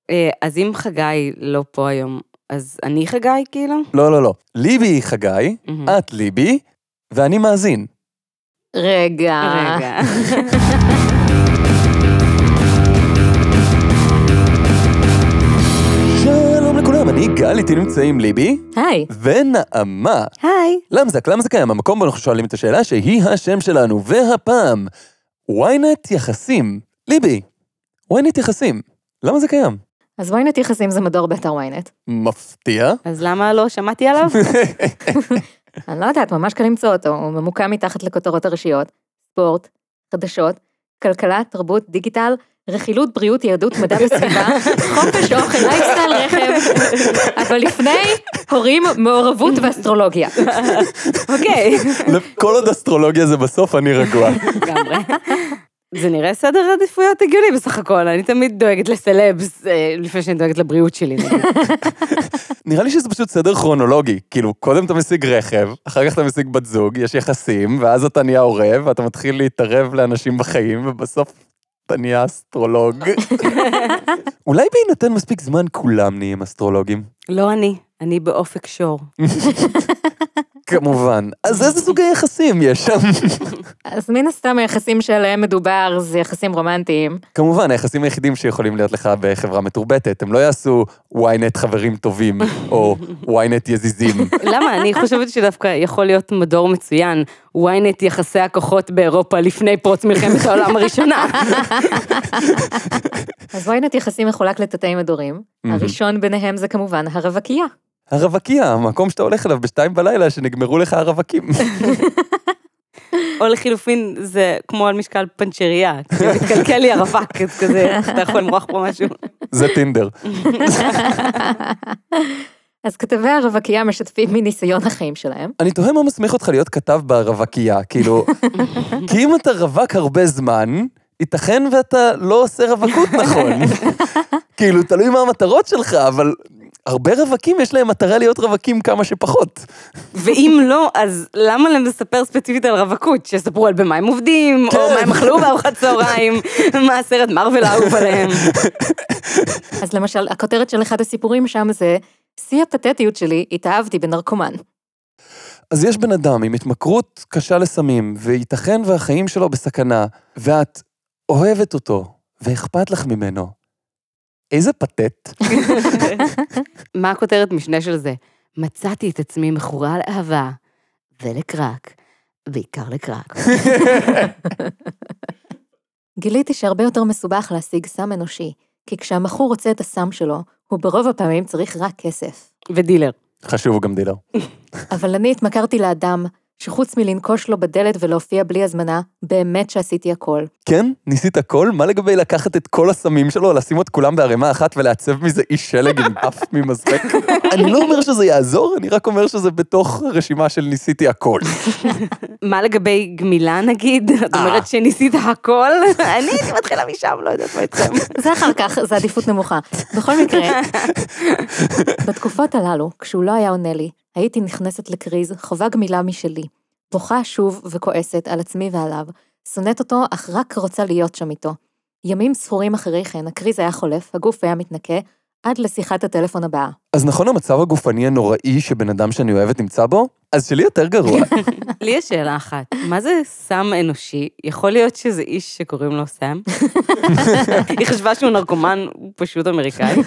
אז אם חגי לא פה היום, אז אני חגי כאילו? לא. ליבי היא חגי, את ליבי, ואני מאזין. רגע. שלום לכולם, אני גל, איתי נמצאים ליבי. היי. ונעמה. היי. למה זה קיים? המקום בו אנחנו שואלים את השאלה שהיא השם שלנו, והפעם, ynet יחסים. ליבי, ynet יחסים. למה זה קיים? אז ynet יחסים זה מדור באתר ynet. מפתיע. אז למה לא שמעתי עליו? אני לא יודעת, ממש קל למצוא אותו, הוא ממוקם מתחת לכותרות הראשיות, ספורט, חדשות, כלכלה, תרבות, דיגיטל, רכילות, בריאות, יהדות, מדע וסביבה, חופש, אוכל, לייפסטייל, רכב, אבל לפני הורים, מעורבות ואסטרולוגיה. אוקיי. כל עוד אסטרולוגיה זה בסוף, אני רגוע. לגמרי. זה נראה סדר עדיפויות הגיוני בסך הכל, אני תמיד דואגת לסלבס, לפני שאני דואגת לבריאות שלי. נראה לי שזה פשוט סדר כרונולוגי, כאילו, קודם אתה משיג רכב, אחר כך אתה משיג בת זוג, יש יחסים, ואז אתה נהיה עורב, ואתה מתחיל להתערב לאנשים בחיים, ובסוף אתה נהיה אסטרולוג. אולי בהינתן מספיק זמן כולם נהיים אסטרולוגים? לא אני באופק שור. כמובן. אז איזה סוג היחסים יש שם? אז מן הסתם היחסים שעליהם מדובר זה יחסים רומנטיים. כמובן, היחסים היחידים שיכולים להיות לך בחברה מתורבתת, הם לא יעשו ynet חברים טובים, או ynet יזיזים. למה? אני חושבת שדווקא יכול להיות מדור מצוין, ynet יחסי הכוחות באירופה לפני פרוץ מלחמת העולם הראשונה. אז ynet יחסים מחולק לתתי מדורים, הראשון ביניהם זה כמובן הרווקייה. הרווקייה, המקום שאתה הולך אליו ב2 בלילה שנגמרו לך הרווקים. או לחילופין, זה כמו על משקל פנצ'ריה, כשמתקלקל לי הרווק, כזה, אתה יכול למרוח פה משהו. זה טינדר. אז כתבי הרווקייה משתפים מניסיון החיים שלהם. אני תוהה מה מסמיך אותך להיות כתב ברווקייה, כאילו, כי אם אתה רווק הרבה זמן, ייתכן ואתה לא עושה רווקות נכון. כאילו, תלוי מה המטרות שלך, אבל הרבה רווקים יש להם מטרה להיות רווקים כמה שפחות. ואם לא, אז למה להם לספר ספציפית על רווקות? שיספרו על במה הם עובדים, או מה הם אכלו בארוחת צהריים, מה הסרט מרוול האהוב עליהם. אז למשל, הכותרת של אחד הסיפורים שם זה, שיא הפתטיות שלי, התאהבתי בנרקומן. אז יש בן אדם עם התמכרות קשה לסמים, וייתכן והחיים שלו בסכנה, ואת אוהבת אותו, ואכפת לך ממנו. איזה פתט. מה הכותרת משנה של זה? מצאתי את עצמי מכורה לאהבה, ולקרק, בעיקר לקרק. גיליתי שהרבה יותר מסובך להשיג סם אנושי, כי כשהמכור רוצה את הסם שלו, הוא ברוב הפעמים צריך רק כסף. ודילר. חשוב גם דילר. אבל אני התמכרתי לאדם, שחוץ מלנקוש לו בדלת ולהופיע בלי הזמנה, באמת שעשיתי הכל. כן? ניסית הכל? מה לגבי לקחת את כל הסמים שלו, לשים את כולם בערימה אחת ולעצב מזה איש שלג עם אף ממזבק? אני לא אומר שזה יעזור, אני רק אומר שזה בתוך רשימה של ניסיתי הכל. מה לגבי גמילה נגיד? את אומרת שניסית הכל? אני הייתי מתחילה משם, לא יודעת מה אתכם. זה אחר כך, זה עדיפות נמוכה. בכל מקרה, בתקופות הללו, כשהוא לא היה עונה לי, הייתי נכנסת לקריז, חובה גמילה משלי. בוכה שוב וכועסת על עצמי ועליו, שונאת אותו, אך רק רוצה להיות שם איתו. ימים ספורים אחרי כן, הקריז היה חולף, הגוף היה מתנקה, עד לשיחת הטלפון הבאה. אז נכון המצב הגופני הנוראי שבן אדם שאני אוהבת נמצא בו? אז שלי יותר גרוע. לי יש שאלה אחת, מה זה סם אנושי? יכול להיות שזה איש שקוראים לו סם? היא חשבה שהוא נרקומן, הוא פשוט אמריקאי.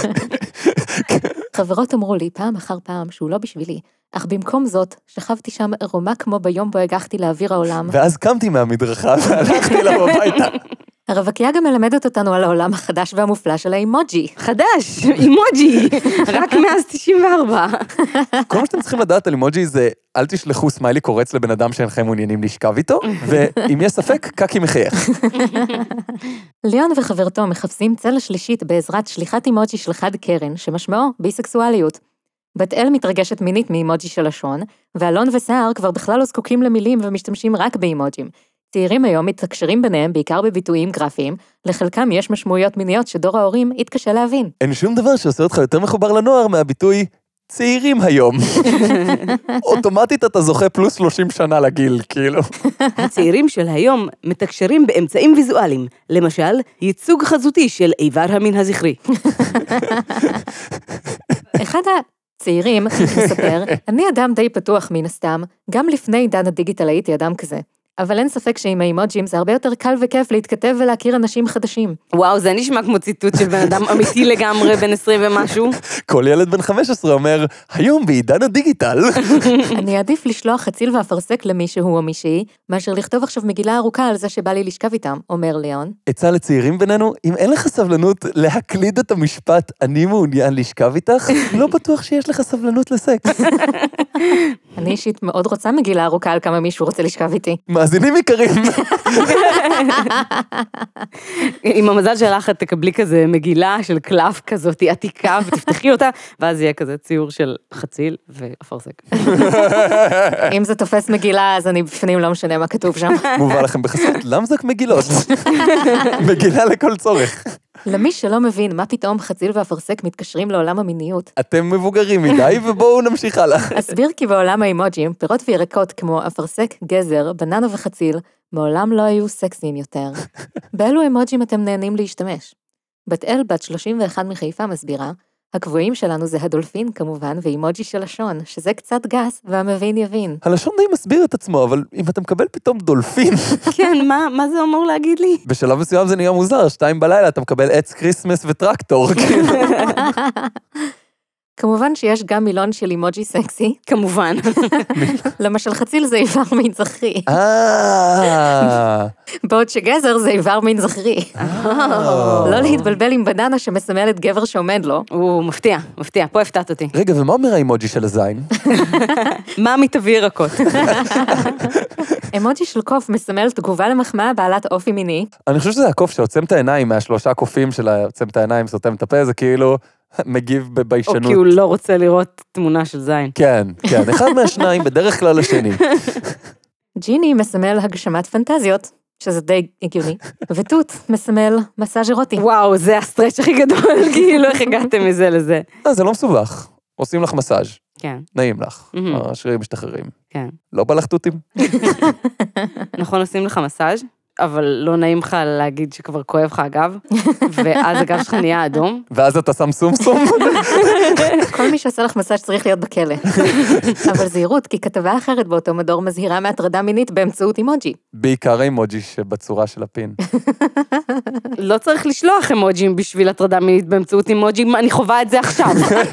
חברות אמרו לי פעם אחר פעם שהוא לא בשבילי, אך במקום זאת, שכבתי שם ערומה כמו ביום בו הגחתי לאוויר העולם. ואז קמתי מהמדרכה והלכתי אליו הביתה. הרווקייה גם מלמדת אותנו על העולם החדש והמופלא של האימוג'י. חדש, אימוג'י, רק מאז 94. כל מה שאתם צריכים לדעת על אימוג'י זה, אל תשלחו סמיילי קורץ לבן אדם שאינכם מעוניינים לשכב איתו, ואם יש ספק, קקי מחייך. ליאון וחברתו מחפשים צלע שלישית בעזרת שליחת אימוג'י של חד קרן, שמשמעו ביסקסואליות. בת אל מתרגשת מינית מאימוג'י של לשון, ואלון וסער כבר בכלל לא זקוקים למילים ומשתמשים רק באימוג'ים. צעירים היום מתקשרים ביניהם בעיקר בביטויים גרפיים, לחלקם יש משמעויות מיניות שדור ההורים יתקשה להבין. אין שום דבר שעושה אותך יותר מחובר לנוער מהביטוי צעירים היום. אוטומטית אתה זוכה פלוס 30 שנה לגיל, כאילו. הצעירים של היום מתקשרים באמצעים ויזואליים, למשל, ייצוג חזותי של איבר המין הזכרי. אחד הצעירים מספר, אני אדם די פתוח מן הסתם, גם לפני עידן הדיגיטל הייתי אדם כזה. אבל אין ספק שעם האימוג'ים זה הרבה יותר קל וכיף להתכתב ולהכיר אנשים חדשים. וואו, זה נשמע כמו ציטוט של בן אדם אמיתי לגמרי, בן 20 ומשהו. כל ילד בן 15 אומר, היום בעידן הדיגיטל. אני אעדיף לשלוח חציל ואפרסק למישהו או מישהי, מאשר לכתוב עכשיו מגילה ארוכה על זה שבא לי לשכב איתם, אומר ליאון. עצה לצעירים בינינו, אם אין לך סבלנות להקליד את המשפט, אני מעוניין לשכב איתך, לא בטוח שיש לך סבלנות לסקס. אני אישית מאוד רוצה מגילה ארוכה על כמה מישהו רוצה לשכב איתי. מאזינים יקרים. עם המזל שלך את תקבלי כזה מגילה של קלף כזאת עתיקה, ותפתחי אותה, ואז יהיה כזה ציור של חציל ואפרסק. אם זה תופס מגילה, אז אני בפנים לא משנה מה כתוב שם. מובא לכם בחסות, למזק מגילות. מגילה לכל צורך. למי שלא מבין מה פתאום חציל ואפרסק מתקשרים לעולם המיניות. אתם מבוגרים מדי, ובואו נמשיך הלאה. אסביר כי בעולם האימוג'ים, פירות וירקות כמו אפרסק, גזר, בננה וחציל, מעולם לא היו סקסיים יותר. באלו אימוג'ים אתם נהנים להשתמש? בת אל, בת 31 מחיפה, מסבירה, הקבועים שלנו זה הדולפין כמובן, ואימוג'י של לשון, שזה קצת גס, והמבין יבין. הלשון די מסביר את עצמו, אבל אם אתה מקבל פתאום דולפין... כן, מה זה אמור להגיד לי? בשלב מסוים זה נראה מוזר, 2 בלילה אתה מקבל עץ קריסמס וטרקטור. כמובן שיש גם מילון של אימוג'י סקסי. כמובן. למשל חציל זה איבר מין זכרי. אה... בעוד שגזר זה איבר מין זכרי. לא להתבלבל עם בננה שמסמלת גבר שעומד לו. הוא מפתיע, פה הפתעת אותי. רגע, ומה אומר האימוג'י של הזין? מה מתביא ירקות? אימוג'י של קוף מסמל תגובה למחמאה בעלת אופי מיני. אני חושב שזה הקוף שעוצם את העיניים, מהשלושה קופים של עוצם את העיניים, סותם את הפה, זה כאילו מגיב בביישנות. או כי הוא לא רוצה לראות תמונה של זין. כן, אחד מהשניים, בדרך כלל השני. ג'יני מסמל הגשמת פנטזיות, שזה די הגיוני, ותות מסמל מסאז' אירוטי. וואו, זה הסטרץ' הכי גדול, כאילו איך הגעתם מזה לזה. זה לא מסובך. עושים לך מסאז'. כן. נעים לך. השרירים משתחררים. כן. לא בא לך תותים? נכון, עושים לך מסאז', אבל לא נעים לך להגיד שכבר כואב לך הגב, ואז הגב שלך נהיה אדום. ואז אתה שם סום. כל מי שעושה לך מסאז' צריך להיות בכלא. אבל זהירות, כי כתבה אחרת באותו מדור מזהירה מהטרדה מינית באמצעות אימוג'י. בעיקר אימוג'י שבצורה של הפין. לא צריך לשלוח אימוג'ים בשביל הטרדה מינית באמצעות אימוג'ים, אני חובה את זה עכשיו.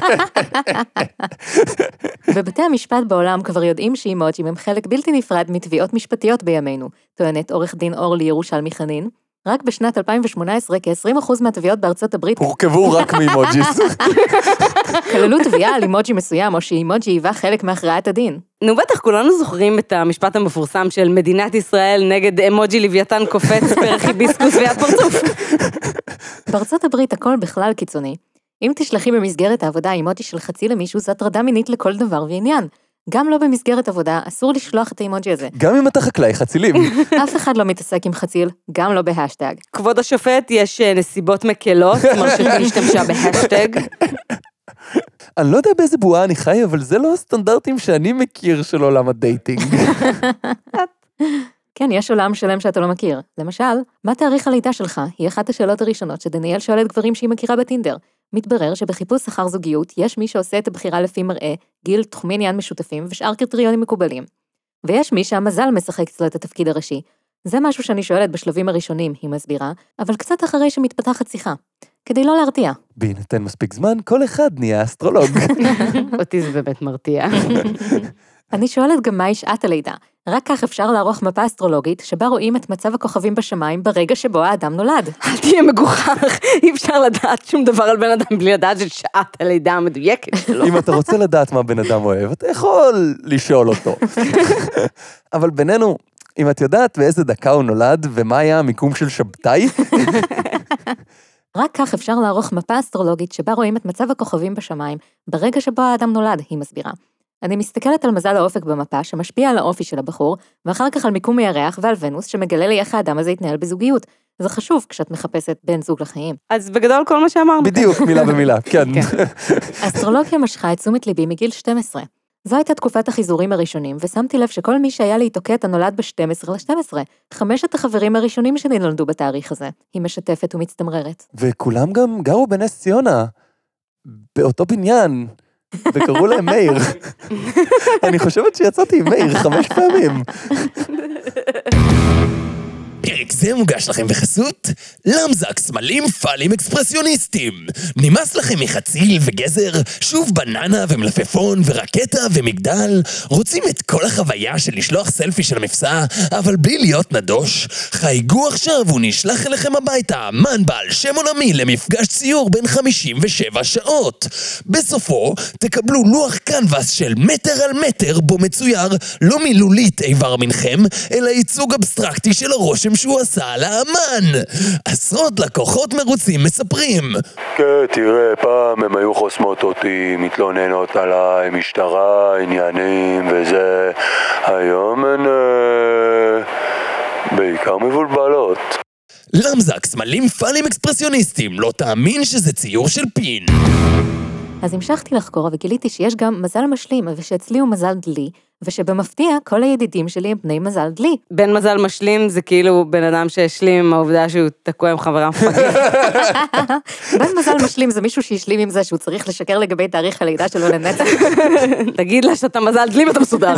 בבתי המשפט בעולם כבר יודעים שאימוג'ים הם חלק בלתי נפרד מתביעות משפטיות בימינו, טוענת עורך דין אורלי ירושלמי חנין. רק בשנת 2018, כ-20% מהתביעות בארצות הברית הורכבו רק מאימוג'יס. כללו תביעה על אימוג'י מסוים, או שאימוג'י היווה חלק מהכרעת הדין. נו בטח, כולנו זוכרים את המשפט המפורסם של מדינת ישראל נגד אימוג'י לוויתן קופץ, פרח היביסקוס ויד פרצוף. בארצות הברית הכל בכלל קיצוני. אם תשלחי במסגרת העבודה אימוג'י של חצי למישהו, זו הטרדה מינית לכל דבר ועניין. גם לא במסגרת עבודה, אסור לשלוח את האימוג'י הזה. גם אם אתה חקלאי חצילים. אף אחד לא מתעסק עם חציל, גם לא בהשטג. כבוד השופט, יש נסיבות מקלות, מרשתי להשתמשה בהשטג. אני לא יודע באיזה בועה אני חי, אבל זה לא הסטנדרטים שאני מכיר של עולם הדייטינג. כן, יש עולם שלם שאתה לא מכיר. למשל, מה תאריך הלידה שלך? היא אחת השאלות הראשונות שדניאל שואלת גברים שהיא מכירה בטינדר. מתברר שבחיפוש אחר זוגיות יש מי שעושה את הבחירה לפי מראה, גיל, תחומי עניין משותפים ושאר קריטריונים מקובלים. ויש מי שהמזל משחק אצלו את התפקיד הראשי. זה משהו שאני שואלת בשלבים הראשונים, היא מסבירה, אבל קצת אחרי שמתפתחת שיחה. כדי לא להרתיע. בהינתן מספיק זמן, כל אחד נהיה אסטרולוג. אותי זה באמת מרתיע. אני שואלת גם מהי שעת הלידה. רק כך אפשר לערוך מפה אסטרולוגית, שבה רואים את מצב הכוכבים בשמיים ברגע שבו האדם נולד. אל תהיה מגוחך, אי אפשר לדעת שום דבר על בן אדם בלי לדעת את שעת הלידה המדויקת שלו. אם אתה רוצה לדעת מה בן אדם אוהב, אתה יכול לשאול אותו. אבל בינינו, אם את יודעת באיזה דקה הוא נולד, ומה היה המיקום של שבתאי, רק כך אפשר לערוך מפה אסטרולוגית שבה רואים את מצב הכוכבים בשמיים ברגע שבו האדם נולד, היא מסבירה. אני מסתכלת על מזל האופק במפה שמשפיע על האופי של הבחור, ואחר כך על מיקום הירח ועל ונוס שמגלה לי איך האדם הזה יתנהל בזוגיות. זה חשוב כשאת מחפשת בן זוג לחיים. אז בגדול כל מה שאמרנו. בדיוק, מילה במילה, כן. אסטרולוגיה משכה את תשומת ליבי מגיל 12. זו הייתה תקופת החיזורים הראשונים, ושמתי לב שכל מי שהיה לי איתו קטע נולד ב-12/12. 5 החברים הראשונים שלי נולדו בתאריך הזה. היא משתפת ומצטמררת. וכולם גם גרו בנס ציונה, באותו בניין, וקראו להם מאיר. אני חושבת שיצאתי עם מאיר 5 פעמים. פרק זה מוגש לכם בחסות למזק סמלים פאלים אקספרסיוניסטים. נמאס לכם מחציל וגזר, שוב בננה ומלפפון ורקטה ומגדל? רוצים את כל החוויה של לשלוח סלפי של המפסע, אבל בלי להיות נדוש? חייגו עכשיו ונשלח אליכם הביתה מן בעל שם עולמי למפגש ציור בין 57 שעות. בסופו תקבלו לוח קנבס של 1 על 1 בו מצויר לא מילולית איבר מנכם, אלא ייצוג אבסטרקטי של הרושם שהוא עשה על האמן. עשרות לקוחות מרוצים מספרים. כן, תראה, פעם הם היו חוסמות אותי, מתלוננות עליי, משטרה, עניינים וזה. היום הן בעיקר מבולבלות. למזק סמלים פאלים אקספרסיוניסטים, לא תאמין שזה ציור של פין. אז המשכתי לחקור וגיליתי שיש גם מזל משלים, ושאצלי הוא מזל דלי, ושבמפתיע כל הידידים שלי הם בני מזל דלי. בן מזל משלים זה כאילו בן אדם שהשלים עם העובדה שהוא תקוע עם חברה מפגר. בן מזל משלים זה מישהו שהשלים עם זה שהוא צריך לשקר לגבי תאריך הלידה שלו לנצח. תגיד לה שאתה מזל דלי ואתה מסודר.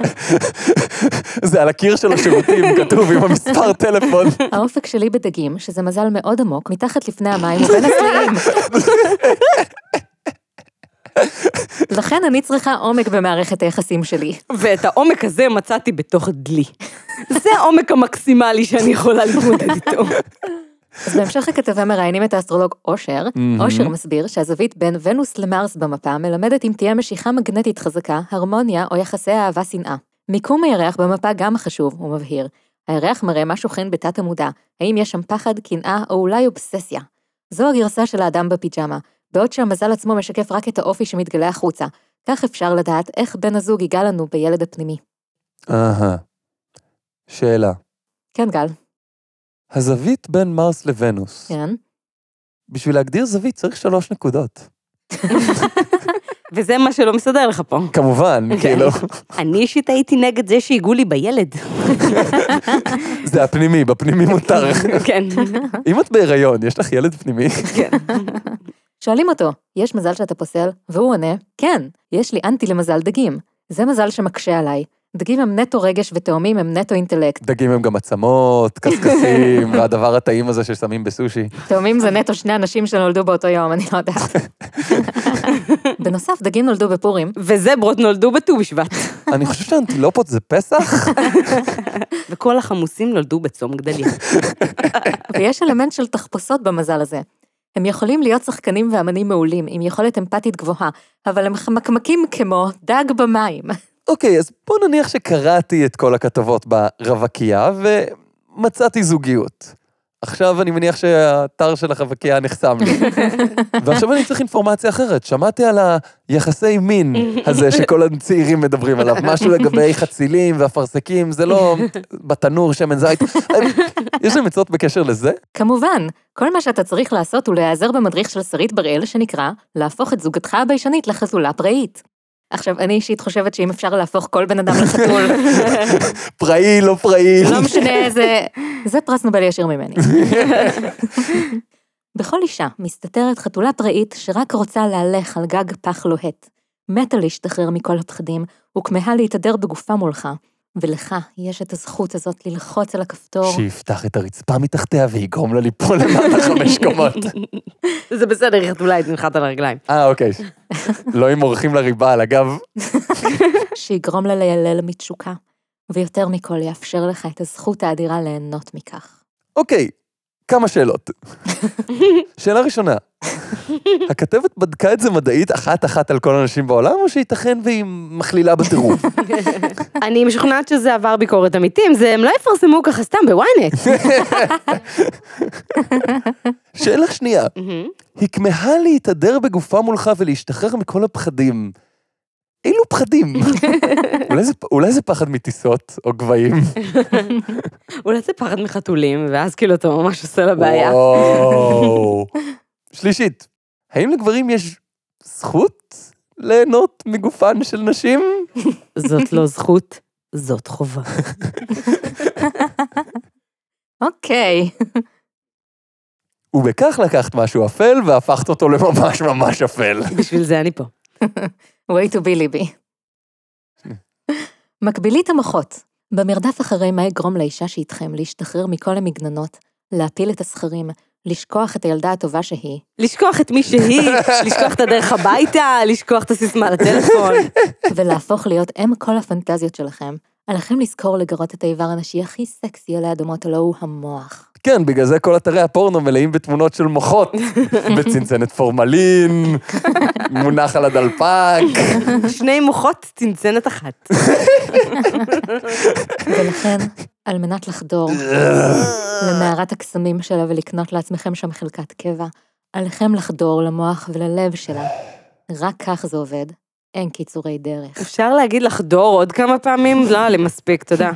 זה על הקיר של השירותים, כתוב עם המספר טלפון. האופק שלי בדגים, שזה מזל מאוד עמוק, מתחת לפני המים ובין הסלעים. לכן אני צריכה עומק במערכת היחסים שלי. ואת העומק הזה מצאתי בתוך דלי. זה העומק המקסימלי שאני יכולה להתמודד איתו. אז בהמשך הכתבה מראיינים את האסטרולוג אושר. אושר מסביר שהזווית בין ונוס למרס במפה מלמדת אם תהיה משיכה מגנטית חזקה, הרמוניה או יחסי אהבה-שנאה. מיקום הירח במפה גם חשוב, הוא מבהיר. הירח מראה מה שוכן בתת המודע, האם יש שם פחד, קנאה או אולי אובססיה. זו הגרסה של האדם בפיג'מה, בעוד שהמזל עצמו משקף רק את האופי שמתגלה החוצה. כך אפשר לדעת איך בן הזוג ייגע לנו בילד הפנימי. שאלה. כן, גל. הזווית בין מרס לוונוס. כן. בשביל להגדיר זווית צריך 3 נקודות. וזה מה שלא מסדר לך פה. כמובן, כאילו. אני אישית הייתי נגד זה שיגעו לי בילד. זה הפנימי, בפנימי מותר. כן. אם את בהיריון, יש לך ילד פנימי? כן. שואלים אותו, יש מזל שאתה פוסל? והוא עונה, כן, יש לי אנטי למזל דגים. זה מזל שמקשה עליי. דגים הם נטו רגש ותאומים הם נטו אינטלקט. דגים הם גם עצמות, קסקסים, והדבר הטעים הזה ששמים בסושי. תאומים זה נטו 2 אנשים שנולדו באותו יום, אני לא יודעת. בנוסף, דגים נולדו בפורים. וזברות נולדו בט"ו בשבט. אני חושב שהאנטילופות זה פסח? וכל החמוסים נולדו בצום גדליה. ויש אלמנט של תחפושות במזל הזה. הם יכולים להיות שחקנים ואמנים מעולים, עם יכולת אמפתית גבוהה, אבל הם חמקמקים כמו דג במים. אוקיי, אז בוא נניח שקראתי את כל הכתבות ברווקייה, ומצאתי זוגיות. עכשיו אני מניח שהאתר של הרווקייה נחסם לי. ועכשיו אני צריך אינפורמציה אחרת. שמעתי על היחסי מין הזה שכל הצעירים מדברים עליו. משהו לגבי חצילים והפרסקים, זה לא בתנור, שמן זית. יש להם עצות בקשר לזה? כמובן, כל מה שאתה צריך לעשות הוא להיעזר במדריך של שרית בראל, שנקרא להפוך את זוגתך הביישנית לחתולה פראית. עכשיו, אני אישית חושבת שאם אפשר להפוך כל בן אדם לחתול... פראי, לא פראי. לא משנה, זה פרס נובל ישיר ממני. בכל אישה מסתתרת חתולה פראית שרק רוצה להלך על גג פח לוהט. מתה להשתחרר מכל הפחדים, וכמהה להתהדר בגופה מולך. ולך יש את הזכות הזאת ללחוץ על הכפתור. שיפתח את הרצפה מתחתיה ויגרום לה ליפול למטה 5 קומות. זה בסדר, היא חתולה, היא תנחת על הרגליים. אוקיי. לא אם עורכים לריבה על הגב. שיגרום לה לילל מתשוקה, ויותר מכל יאפשר לך את הזכות האדירה ליהנות מכך. אוקיי, כמה שאלות. שאלה ראשונה, הכתבת בדקה את זה מדעית אחת על כל האנשים בעולם, או שייתכן והיא מכלילה בטירוף? אני משוכנעת שזה עבר ביקורת אמיתים, הם לא יפרסמו ככה סתם בוויינט. שאלה שנייה, היא כמהה להתהדר בגופה מולך ולהשתחרר מכל הפחדים. אילו פחדים. אולי זה פחד מטיסות או גבהים. אולי זה פחד מחתולים, ואז כאילו אתה ממש עושה לבעיה. וואו. שלישית, האם לגברים יש זכות ליהנות מגופן של נשים? זאת לא זכות, זאת חובה. אוקיי. ובכך לקחת משהו אפל והפכת אותו לממש ממש אפל. בשביל זה אני פה. way to be ליבי. מקבילית המוחות. במרדף אחרי מה יגרום לאישה שאיתכם להשתחרר מכל המגננות, להפיל את הסכרים, לשכוח את הילדה הטובה שהיא. לשכוח את מי שהיא, לשכוח את הדרך הביתה, לשכוח את הסיסמה לטלפון. ולהפוך להיות אם כל הפנטזיות שלכם. עליכם לזכור לגרות את האיבר הנשי הכי סקסי על האדמות, הלא הוא המוח. כן, בגלל זה כל אתרי הפורנו מלאים בתמונות של מוחות, בצנצנת פורמלין, מונח על הדלפק. 2 מוחות, צנצנת אחת. ולכן, על מנת לחדור למערת הקסמים שלה ולקנות לעצמכם שם חלקת קבע, עליכם לחדור למוח וללב שלה. רק כך זה עובד. אין קיצורי דרך. אפשר להגיד לחדור עוד כמה פעמים? לא, לי מספיק, תודה.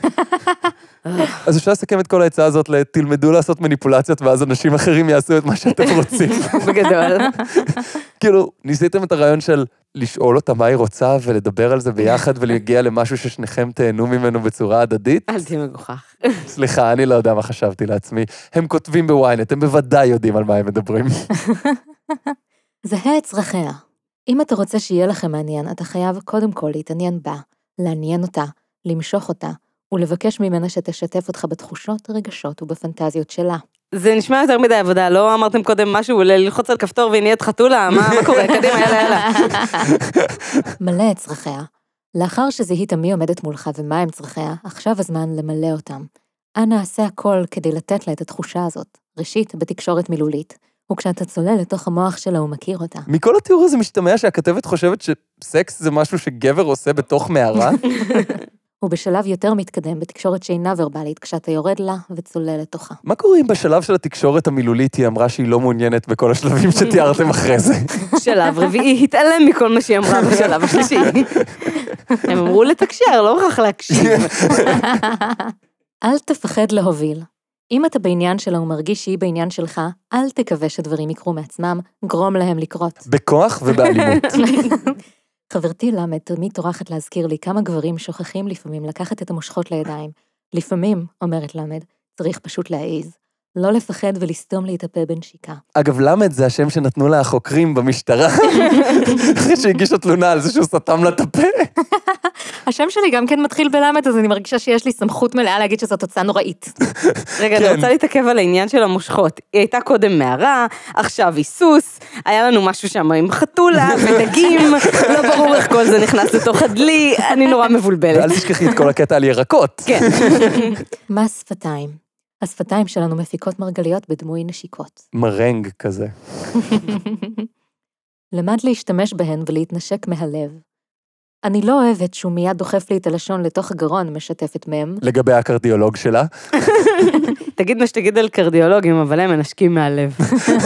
אז אפשר לסכם את כל ההצעה הזאת תלמדו לעשות מניפולציות, ואז אנשים אחרים יעשו את מה שאתם רוצים. בגדול. כאילו, ניסיתם את הרעיון של לשאול אותה מה היא רוצה, ולדבר על זה ביחד, ולהגיע למשהו ששניכם תהנו ממנו בצורה הדדית? אל תהיה מגוחך. סליחה, אני לא יודע מה חשבתי לעצמי. הם כותבים בוויינט, הם בוודאי יודעים על מה הם מדברים. זהה את צרכיה. אם אתה רוצה שיהיה לכם מעניין, אתה חייב קודם כל להתעניין בה, לעניין אותה, למשוך אותה, ולבקש ממנה שתשתף אותך בתחושות, רגשות ובפנטזיות שלה. זה נשמע יותר מדי עבודה, לא אמרתם קודם משהו, ללחוץ על כפתור והיא חתולה, מה קורה? קדימה, יאללה. מלא את צרכיה. לאחר שזיהית מי עומדת מולך ומה הם צרכיה, עכשיו הזמן למלא אותם. אנא עשה הכל כדי לתת לה את התחושה הזאת. ראשית, בתקשורת מילולית, וכשאתה צולל לתוך המוח שלה הוא מכיר אותה. מכל התיאור הזה משתמע שהכתבת חושבת שסקס זה משהו שגבר עושה בתוך מערה? ובשלב יותר מתקדם בתקשורת שאינה ורבלית, כשאתה יורד לה וצולל לתוכה. מה קורה אם בשלב של התקשורת המילולית היא אמרה שהיא לא מעוניינת בכל השלבים שתיארתם אחרי זה? שלב רביעי, התעלם מכל מה שהיא אמרה בשלב השלישי. הם אמרו לתקשר, לא רק להקשיב. אל תפחד להוביל. אם אתה בעניין שלה ומרגיש שהיא בעניין שלך, אל תקווה שדברים יקרו מעצמם, גרום להם לקרות. בכוח ובאלימות. חברתי למד תמיד טורחת להזכיר לי כמה גברים שוכחים לפעמים לקחת את המושכות לידיים. לפעמים, אומרת למד, צריך פשוט להעיז. לא לפחד ולסתום לי את הפה בנשיקה. אגב, למד זה השם שנתנו לה החוקרים במשטרה, אחרי שהגישו תלונה על זה שהוא סתם לה את הפה. השם שלי גם כן מתחיל בלמד, אז אני מרגישה שיש לי סמכות מלאה להגיד שזו תוצאה נוראית. רגע, אני רוצה להתעכב על העניין של המושכות. היא הייתה קודם מערה, עכשיו היא סוס, היה לנו משהו שם עם חתולה ודגים, לא ברור איך כל זה נכנס לתוך הדלי, אני נורא מבולבלת. ואל תשכחי את כל הקטע על ירקות. כן. מה השפתיים? השפתיים שלנו מפיקות מרגליות בדמוי נשיקות. מרנג כזה. למד להשתמש בהן ולהתנשק מהלב. אני לא אוהבת שהוא מיד דוחף לי את הלשון לתוך הגרון, משתפת מהם. לגבי הקרדיולוג שלה. תגיד מה שתגיד על קרדיולוגים, אבל הם מנשקים מהלב.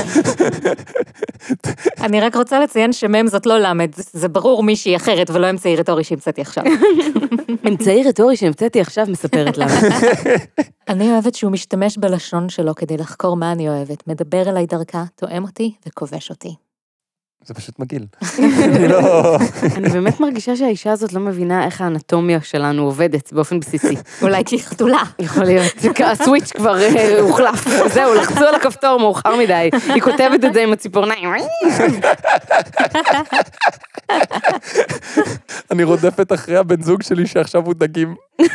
אני רק רוצה לציין שמם זאת לא למד, זה ברור מישהי אחרת ולא אמצעי רטורי שהמצאתי עכשיו. אמצעי רטורי שהמצאתי עכשיו מספרת למה. אני אוהבת שהוא משתמש בלשון שלו כדי לחקור מה אני אוהבת, מדבר אליי דרכה, תואם אותי וכובש אותי. זה פשוט מגעיל. אני באמת מרגישה שהאישה הזאת לא מבינה איך האנטומיה שלנו עובדת באופן בסיסי. אולי כי חתולה. יכול להיות. הסוויץ' כבר הוחלף. זהו, לחצו על הכפתור מאוחר מדי. היא כותבת את זה עם הציפורניים. אני רודפת אחרי הבן זוג שלי שעכשיו הוא דגים.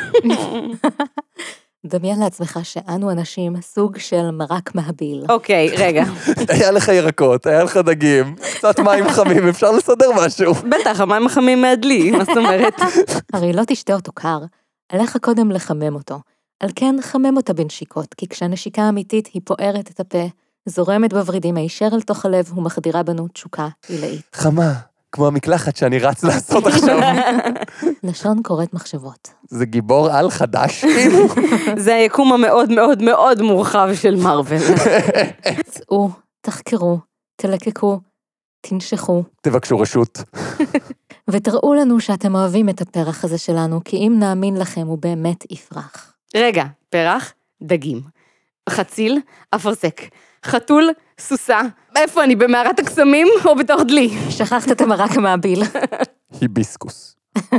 דמיין לעצמך שאנו אנשים סוג של מרק מהביל. אוקיי, רגע. היה לך ירקות, היה לך דגים, קצת מים חמים, אפשר לסדר משהו. בטח, המים החמים מהדלי, מה זאת אומרת? הרי לא תשתה אותו קר, עליך קודם לחמם אותו. על כן חמם אותה בנשיקות, כי כשהנשיקה האמיתית היא פוערת את הפה, זורמת בוורידים הישר אל תוך הלב ומחדירה בנו תשוקה עילאית. חמה, כמו המקלחת שאני רץ לעשות עכשיו. לשון קוראת מחשבות. זה גיבור על חדש, כאילו. זה היקום המאוד מאוד מאוד מורחב של מרוול. צאו, תחקרו, תלקקו, תנשכו. תבקשו רשות. ותראו לנו שאתם אוהבים את הפרח הזה שלנו, כי אם נאמין לכם הוא באמת יפרח. רגע, פרח, דגים. חציל, אפרסק. חתול, סוסה. איפה אני, במערת הקסמים או בתוך דלי? שכחת את המרק מהביל. היביסקוס.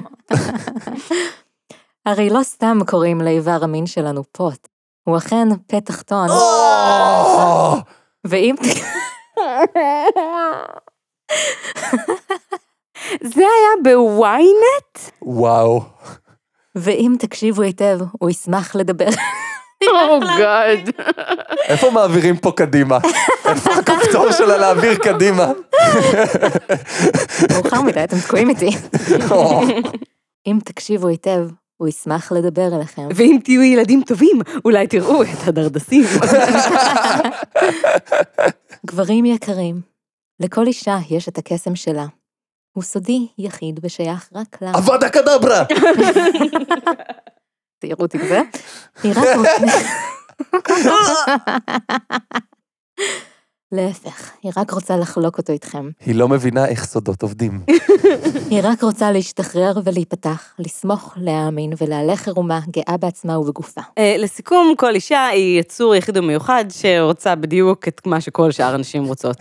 הרי לא סתם קוראים לאיבר המין שלנו פוט. הוא אכן פה תחתון. ואם... זה היה בוויינט? וואו. ואם תקשיבו היטב, הוא ישמח לדבר. גאד. איפה מעבירים פה קדימה? איפה הכפתור שלה להעביר קדימה? מאוחר מדי, אתם תקועים איתי. אם תקשיבו היטב, הוא ישמח לדבר אליכם. ואם תהיו ילדים טובים, אולי תראו את הדרדסים. גברים יקרים, לכל אישה יש את הקסם שלה. הוא סודי, יחיד ושייך רק לה. אבדה קדברה! תראו אותי כזה. היא רק רוצה... להפך, היא רק רוצה לחלוק אותו איתכם. היא לא מבינה איך סודות עובדים. היא רק רוצה להשתחרר ולהיפתח, לסמוך, להאמין ולהלך ערומה, גאה בעצמה ובגופה. לסיכום, כל אישה היא יצור יחיד ומיוחד שרוצה בדיוק את מה שכל שאר הנשים רוצות.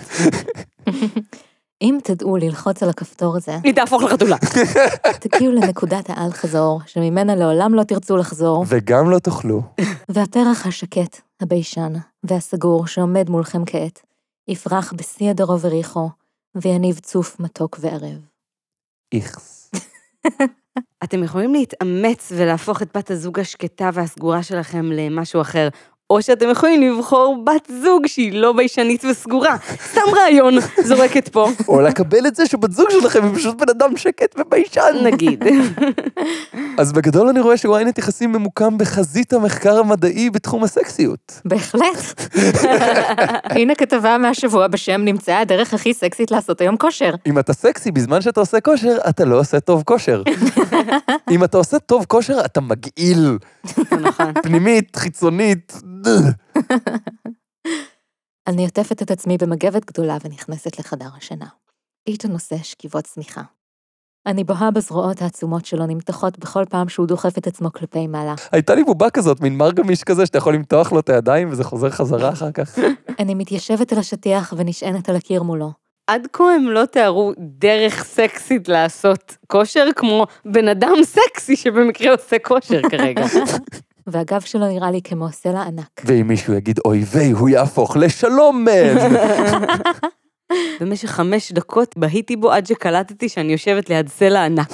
אם תדעו ללחוץ על הכפתור הזה, היא תהפוך לחתולה. תגיעו לנקודת העל חזור, שממנה לעולם לא תרצו לחזור, וגם לא תאכלו. והפרח השקט, הביישן והסגור שעומד מולכם כעת, יפרח בשיא הדרו וריחו, ויניב צוף מתוק וערב. איכס. אתם יכולים להתאמץ ולהפוך את בת הזוג השקטה והסגורה שלכם למשהו אחר, או שאתם יכולים לבחור בת זוג שהיא לא ביישנית וסגורה. סתם רעיון, זורקת פה. או לקבל את זה שבת זוג שלכם היא פשוט בן אדם שקט וביישן. נגיד. אז בגדול אני רואה שוויינט יחסים ממוקם בחזית המחקר המדעי בתחום הסקסיות. בהחלט. הנה כתבה מהשבוע בשם נמצאה הדרך הכי סקסית לעשות היום כושר. אם אתה סקסי בזמן שאתה עושה כושר, אתה לא עושה טוב כושר. אם אתה עושה טוב כושר, אתה מגעיל. נכון. פנימית, חיצונית. אני עוטפת את עצמי במגבת גדולה ונכנסת לחדר השינה. איתו נושא שכיבות צמיחה. אני בוהה בזרועות העצומות שלו נמתחות בכל פעם שהוא דוחף את עצמו כלפי מעלה. הייתה לי בובה כזאת, מין מרגמיש כזה, שאתה יכול למתוח לו את הידיים וזה חוזר חזרה אחר כך. אני מתיישבת על השטיח ונשענת על הקיר מולו. עד כה הם לא תיארו דרך סקסית לעשות כושר, כמו בן אדם סקסי שבמקרה עושה כושר כרגע. והגב שלו נראה לי כמו סלע ענק. ואם מישהו יגיד אויבי, הוא יהפוך לשלום מן. במשך 5 דקות בהיתי בו עד שקלטתי שאני יושבת ליד סלע ענק.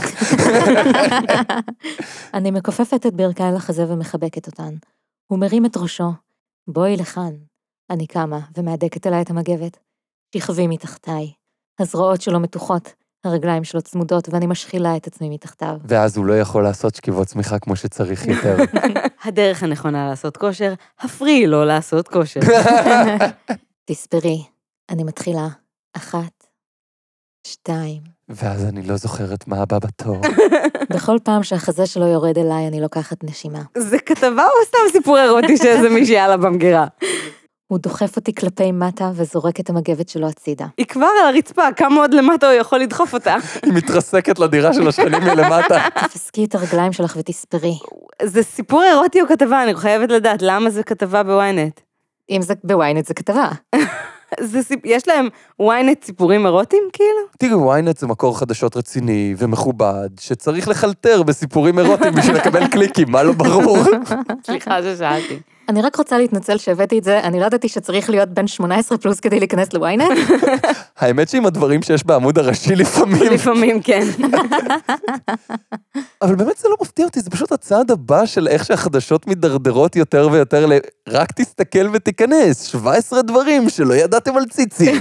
אני מכופפת את ברכיי לחזה ומחבקת אותן. הוא מרים את ראשו. בואי לכאן. אני קמה ומהדקת אליי את המגבת. שכבי מתחתיי. הזרועות שלו מתוחות, הרגליים שלו צמודות, ואני משחילה את עצמי מתחתיו. ואז הוא לא יכול לעשות שכיבות צמיחה כמו שצריך יותר. הדרך הנכונה לעשות כושר, הפריעי לו לעשות כושר. תספרי, אני מתחילה. 1, 2. ואז אני לא זוכרת מה הבא בתור. בכל פעם שהחזה שלו יורד אליי, אני לוקחת נשימה. זה כתבה או סתם סיפור אירוטי שאיזה מישהי עלה במגירה? הוא דוחף אותי כלפי מטה וזורק את המגבת שלו הצידה. היא כבר על הרצפה, כמה עוד למטה הוא יכול לדחוף אותה. היא מתרסקת לדירה של השכנים מלמטה. תפסקי את הרגליים שלך ותספרי. זה סיפור אירוטי או כתבה? אני חייבת לדעת למה זה כתבה בוויינט. אם זה בוויינט זה כתבה. יש להם וויינט סיפורים אירוטיים כאילו? תראי, וויינט זה מקור חדשות רציני ומכובד, שצריך לחלטר בסיפורים אירוטיים בשביל לקבל קליקים, מה לא ברור? סליחה ששאלתי. אני רק רוצה להתנצל שהבאתי את זה, אני לא ידעתי שצריך להיות בן 18 פלוס כדי להיכנס לוויינט. האמת שעם הדברים שיש בעמוד הראשי לפעמים. לפעמים כן. אבל באמת זה לא מפתיע אותי, זה פשוט הצעד הבא של איך שהחדשות מדרדרות יותר ויותר רק תסתכל ותיכנס, 17 דברים שלא ידעתם על ציצי.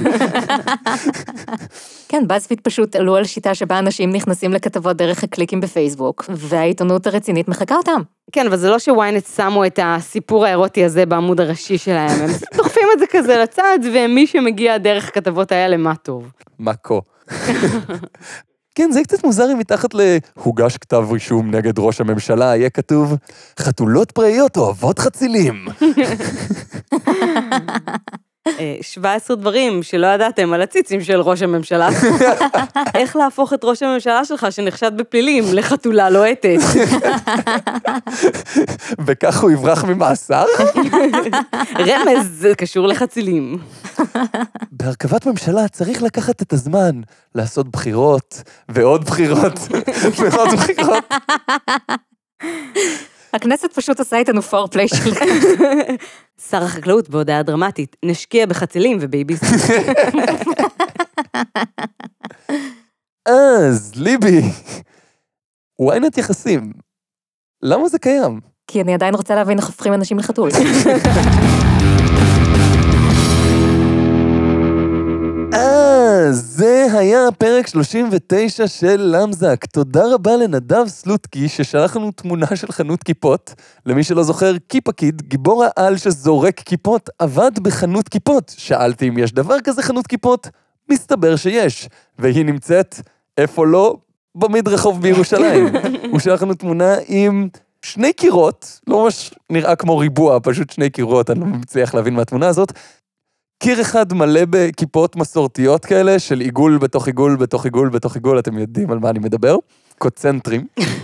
כן, באזפיד פשוט עלו על שיטה שבה אנשים נכנסים לכתבות דרך הקליקים בפייסבוק, והעיתונות הרצינית מחכה אותם. כן, אבל זה לא שוויינט שמו את הסיפור האירוטי הזה בעמוד הראשי שלהם, הם דוחפים את זה כזה לצד, ומי שמגיע דרך כתבות האלה, מה טוב. מה כה? כן, זה קצת מוזר אם מתחת להוגש כתב רישום נגד ראש הממשלה, יהיה כתוב, חתולות פראיות אוהבות חצילים. 17 דברים שלא ידעתם על הציצים של ראש הממשלה. איך להפוך את ראש הממשלה שלך שנחשד בפלילים לחתולה לוהטת. וכך הוא יברח ממאסר? רמז, זה קשור לחצילים. בהרכבת ממשלה צריך לקחת את הזמן, לעשות בחירות, ועוד בחירות, ועוד בחירות. הכנסת פשוט עשה איתנו פורפליי של... שר החקלאות בהודעה דרמטית, נשקיע בחצילים ובייביס. אז, ליבי, וויינט יחסים. למה זה קיים? כי אני עדיין רוצה להבין איך הופכים אנשים לחתול. זה היה פרק 39 של למזק. תודה רבה לנדב סלוטקי ששלח לנו תמונה של חנות כיפות. למי שלא זוכר, קיפקיד, גיבור העל שזורק כיפות, עבד בחנות כיפות. שאלתי אם יש דבר כזה חנות כיפות, מסתבר שיש. והיא נמצאת, איפה לא? במדרחוב בירושלים. הוא שלח לנו תמונה עם 2 קירות, לא ממש נראה כמו ריבוע, פשוט 2 קירות, אני לא מצליח להבין מהתמונה הזאת. קיר אחד מלא בכיפות מסורתיות כאלה, של עיגול בתוך עיגול, בתוך עיגול, בתוך עיגול, אתם יודעים על מה אני מדבר, קוצנטרים.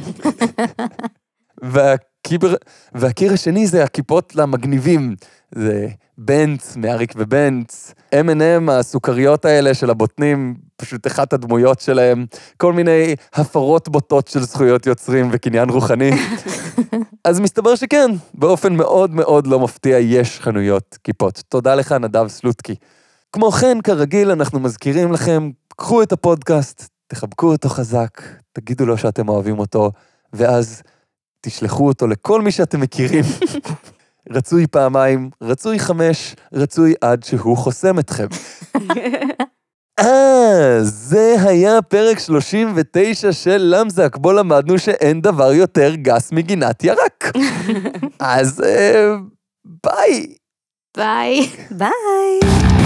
והקיר השני זה הכיפות למגניבים, זה בנץ, מאריק ובנץ, M&M, הסוכריות האלה של הבוטנים, פשוט אחת הדמויות שלהם, כל מיני הפרות בוטות של זכויות יוצרים וקניין רוחני. אז מסתבר שכן, באופן מאוד מאוד לא מפתיע, יש חנויות כיפות. תודה לך, נדב סלוטקי. כמו כן, כרגיל, אנחנו מזכירים לכם, קחו את הפודקאסט, תחבקו אותו חזק, תגידו לו שאתם אוהבים אותו, ואז תשלחו אותו לכל מי שאתם מכירים. רצוי פעמיים, רצוי 5, רצוי עד שהוא חוסם אתכם. זה היה פרק 39 של למזק, בו למדנו שאין דבר יותר גס מגינת ירק. אז ביי. ביי. ביי.